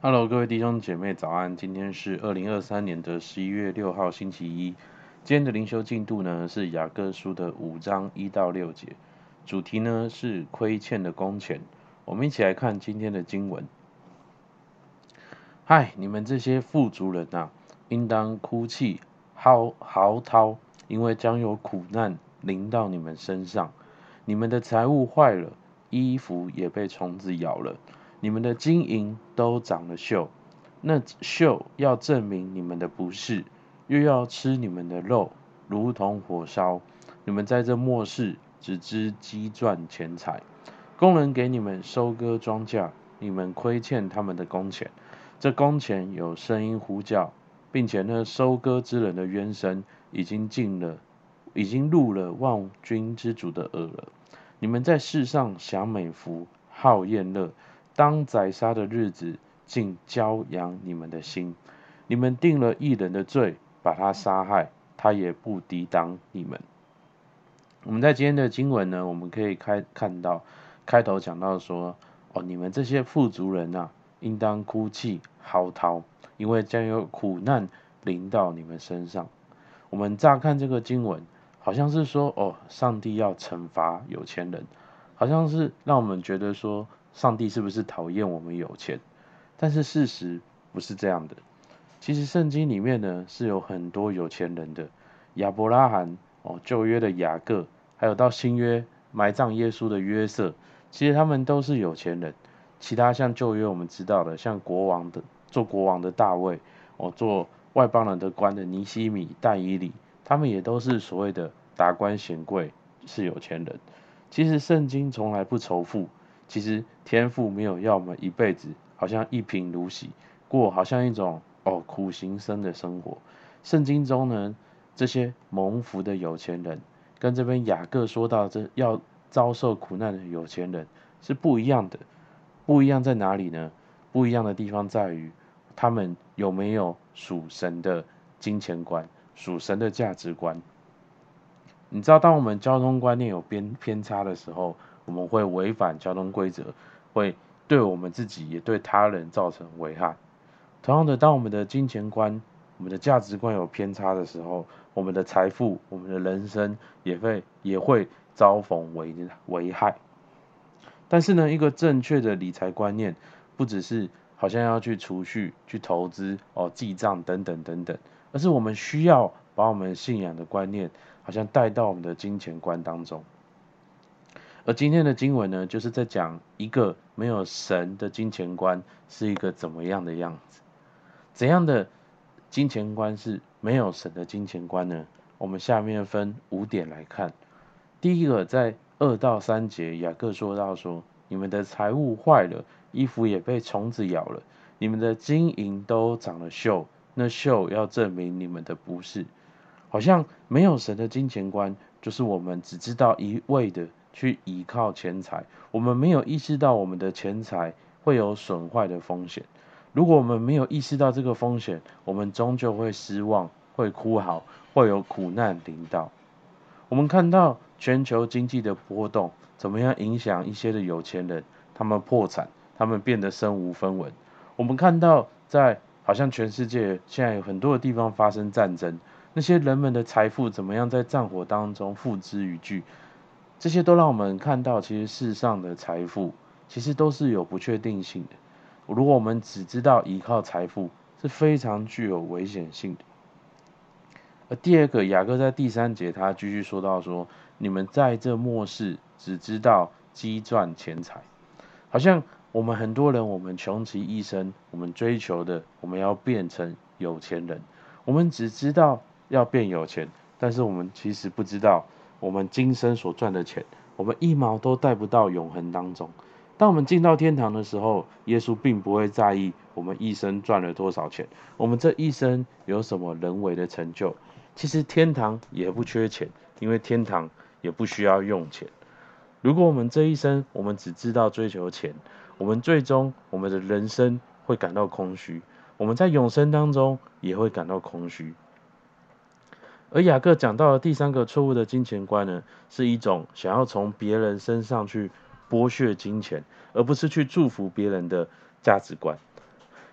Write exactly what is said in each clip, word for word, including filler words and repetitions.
Hello，各位弟兄姐妹早安。今天是二零二三年的十一月六号，星期一。今天的灵修进度呢是雅各书的五章一到六节，主题呢是亏欠的工钱。我们一起来看今天的经文。嗨，你们这些富足人啊，应当哭泣、嚎嚎啕，因为将有苦难临到你们身上。你们的财物坏了，衣服也被虫子咬了，你们的金银都长了锈。那锈要证明你们的不是，又要吃你们的肉，如同火烧。你们在这末世只知积赚钱财，工人给你们收割庄稼，你们亏欠他们的工钱。这工钱有声音呼叫，并且那收割之人的冤声已经进了，已经入了万军之主的耳了。你们在世上享美福，好宴乐，当宰杀的日子，竟骄养你们的心。你们定了一人的罪，把他杀害，他也不抵挡你们。我们在今天的经文呢，我们可以开看到开头讲到说，哦，你们这些富足人啊，应当哭泣嚎啕，因为将有苦难临到你们身上。我们乍看这个经文，好像是说，哦，上帝要惩罚有钱人，好像是让我们觉得说，上帝是不是讨厌我们有钱？但是事实不是这样的。其实圣经里面呢是有很多有钱人的，亚伯拉罕哦，旧约的雅各，还有到新约埋葬耶稣的约瑟，其实他们都是有钱人。其他像旧约我们知道的，像国王的做国王的大卫，哦，做外邦人的官的尼希米、但以理，他们也都是所谓的达官显贵，是有钱人。其实圣经从来不仇富，其实天父没有要我们一辈子好像一贫如洗，过好像一种哦苦行僧的生活。圣经中呢，这些蒙福的有钱人，跟这边雅各说到这要遭受苦难的有钱人是不一样的。不一样在哪里呢？不一样的地方在于，他们有没有属神的金钱观、属神的价值观。你知道，当我们交通观念有偏偏差的时候，我们会违反交通规则，会对我们自己也对他人造成危害。同样的，当我们的金钱观、我们的价值观有偏差的时候，我们的财富、我们的人生也会也会遭逢危危害。但是呢，一个正确的理财观念，不只是好像要去储蓄、去投资、哦记账等等等等，而是我们需要把我们信仰的观念，好像带到我们的金钱观当中。而今天的经文呢，就是在讲一个没有神的金钱观是一个怎么样的样子。怎样的金钱观是没有神的金钱观呢？我们下面分五点来看。第一个，在二到三节，雅各说到说：你们的财物坏了，衣服也被虫子咬了，你们的金银都长了锈，那锈要证明你们的不是。好像没有神的金钱观，就是我们只知道一味的去依靠钱财，我们没有意识到我们的钱财会有损坏的风险。如果我们没有意识到这个风险，我们终究会失望，会哭嚎，会有苦难临到。我们看到全球经济的波动，怎么样影响一些的有钱人，他们破产，他们变得身无分文。我们看到在好像全世界现在有很多的地方发生战争，那些人们的财富怎么样在战火当中付之一炬，这些都让我们看到，其实世上的财富其实都是有不确定性的。如果我们只知道依靠财富，是非常具有危险性的。而第二个，雅各在第三节他继续说到说，你们在这末世只知道积赚钱财，好像我们很多人，我们穷其一生，我们追求的，我们要变成有钱人，我们只知道要变有钱，但是我们其实不知道，我们今生所赚的钱，我们一毛都带不到永恒当中。当我们进到天堂的时候，耶稣并不会在意我们一生赚了多少钱，我们这一生有什么人为的成就。其实天堂也不缺钱，因为天堂也不需要用钱。如果我们这一生我们只知道追求钱，我们最终我们的人生会感到空虚，我们在永生当中也会感到空虚。而雅各讲到的第三个错误的金钱观呢，是一种想要从别人身上去剥削金钱，而不是去祝福别人的价值观。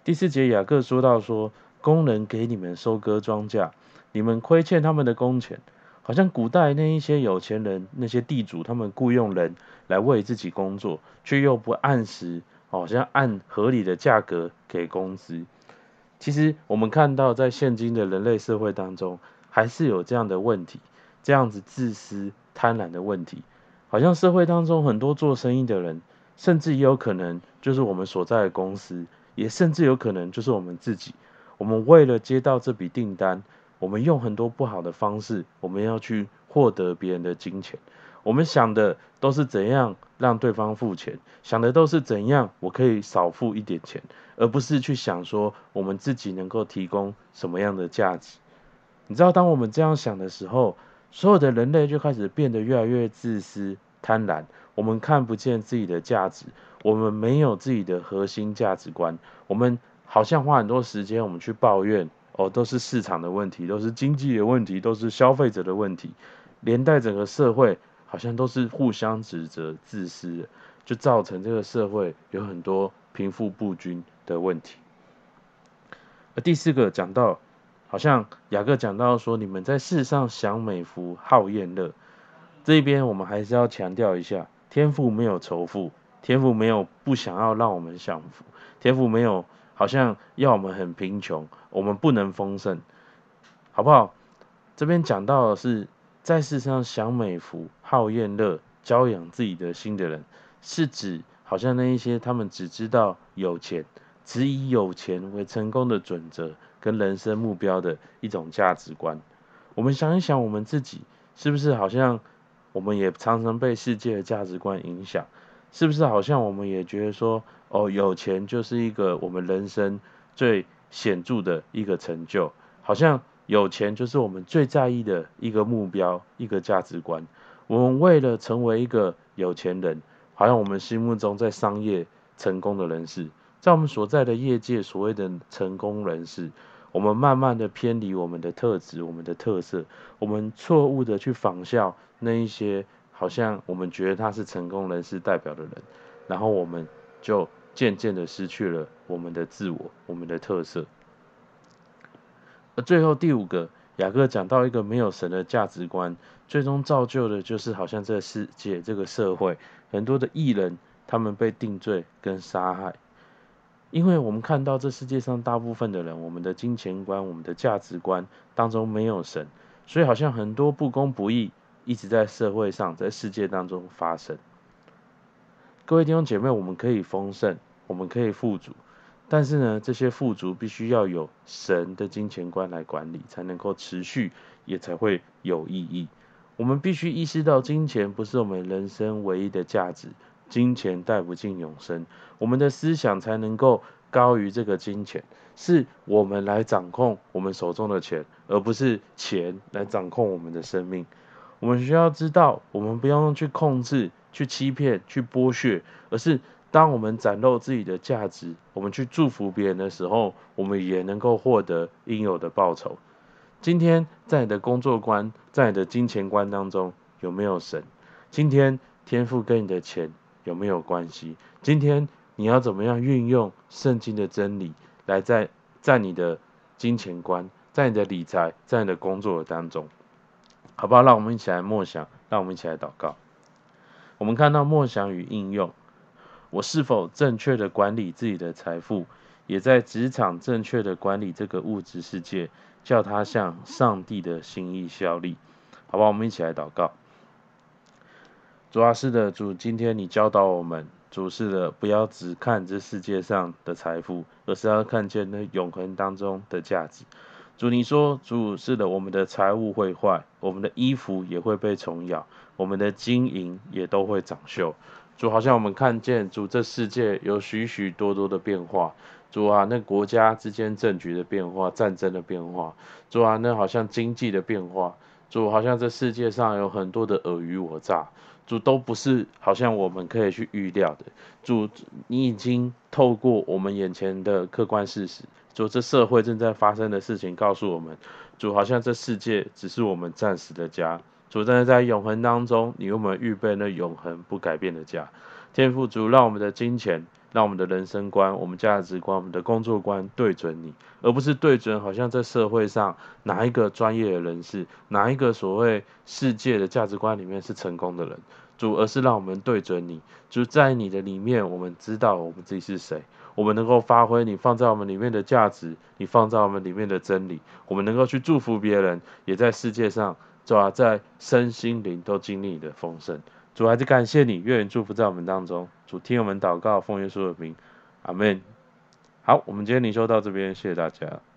第四节雅各说到说，工人给你们收割庄稼，你们亏欠他们的工钱，好像古代那一些有钱人、那些地主，他们雇佣人来为自己工作，却又不按时，好像按合理的价格给工资。其实我们看到，在现今的人类社会当中，还是有这样的问题，这样子自私、贪婪的问题。好像社会当中很多做生意的人，甚至也有可能就是我们所在的公司，也甚至有可能就是我们自己。我们为了接到这笔订单，我们用很多不好的方式，我们要去获得别人的金钱。我们想的都是怎样让对方付钱，想的都是怎样我可以少付一点钱，而不是去想说我们自己能够提供什么样的价值。你知道，当我们这样想的时候，所有的人类就开始变得越来越自私、贪婪。我们看不见自己的价值，我们没有自己的核心价值观。我们好像花很多时间，我们去抱怨，哦，都是市场的问题，都是经济的问题，都是消费者的问题，连带整个社会好像都是互相指责、自私的，就造成这个社会有很多贫富不均的问题。而第四个讲到，好像雅各讲到说，你们在世上享美福、好宴乐。这边我们还是要强调一下，天父没有仇富，天父没有不想要让我们享福，天父没有好像要我们很贫穷，我们不能丰盛，好不好？这边讲到的是，在世上享美福、好宴乐、教养自己的心的人，是指好像那一些他们只知道有钱，只以有钱为成功的准则跟人生目标的一种价值观。我们想一想，我们自己是不是好像我们也常常被世界的价值观影响？是不是好像我们也觉得说，哦，有钱就是一个我们人生最显著的一个成就，好像有钱就是我们最在意的一个目标、一个价值观。我们为了成为一个有钱人，好像我们心目中在商业成功的人士，在我们所在的业界所谓的成功人士，我们慢慢的偏离我们的特质、我们的特色，我们错误的去仿效那一些好像我们觉得他是成功人士代表的人，然后我们就渐渐的失去了我们的自我、我们的特色。而最后第五个，雅各讲到一个没有神的价值观，最终造就的就是好像这个世界、这个社会很多的艺人，他们被定罪跟杀害。因为我们看到这世界上大部分的人，我们的金钱观、我们的价值观当中没有神，所以好像很多不公不义一直在社会上、在世界当中发生。各位弟兄姐妹，我们可以丰盛，我们可以富足，但是呢，这些富足必须要有神的金钱观来管理，才能够持续，也才会有意义。我们必须意识到，金钱不是我们人生唯一的价值，金钱带不进永生。我们的思想才能够高于这个金钱，是我们来掌控我们手中的钱，而不是钱来掌控我们的生命。我们需要知道，我们不用去控制、去欺骗、去剥削，而是当我们展露自己的价值，我们去祝福别人的时候，我们也能够获得应有的报酬。今天在你的工作观、在你的金钱观当中有没有神？今天天赋跟你的钱有没有关系？今天你要怎么样运用圣经的真理来在在你的金钱观、在你的理财、在你的工作当中，好不好？让我们一起来默想，让我们一起来祷告。我们看到默想与应用，我是否正确的管理自己的财富，也在职场正确的管理这个物质世界，叫它向上帝的心意效力，好不好？我们一起来祷告。主啊，是的，主，今天你教导我们，主是的，不要只看这世界上的财富，而是要看见那永恒当中的价值。主，你说，主是的，我们的财物会坏，我们的衣服也会被虫咬，我们的金银也都会长锈。主，好像我们看见，主，这世界有许许多多的变化。主啊，那国家之间政局的变化、战争的变化，主啊，那好像经济的变化，主，好像这世界上有很多的尔虞我诈。主，都不是好像我们可以去预料的。主，你已经透过我们眼前的客观事实，主，这社会正在发生的事情告诉我们，主，好像这世界只是我们暂时的家。主，但是在永恒当中，你为我们预备那永恒不改变的家。天父，主，让我们的金钱让我们的人生观、我们价值观、我们的工作观对准你，而不是对准好像在社会上哪一个专业的人士、哪一个所谓世界的价值观里面是成功的人。主，而是让我们对准你，就在你的里面，我们知道我们自己是谁，我们能够发挥你放在我们里面的价值，你放在我们里面的真理，我们能够去祝福别人，也在世界上，主啊，在身心灵都经历你的丰盛。主，还是感谢你，愿意祝福在我们当中。主，听我们祷告，奉耶稣的名，阿门。好，我们今天灵修到这边，谢谢大家。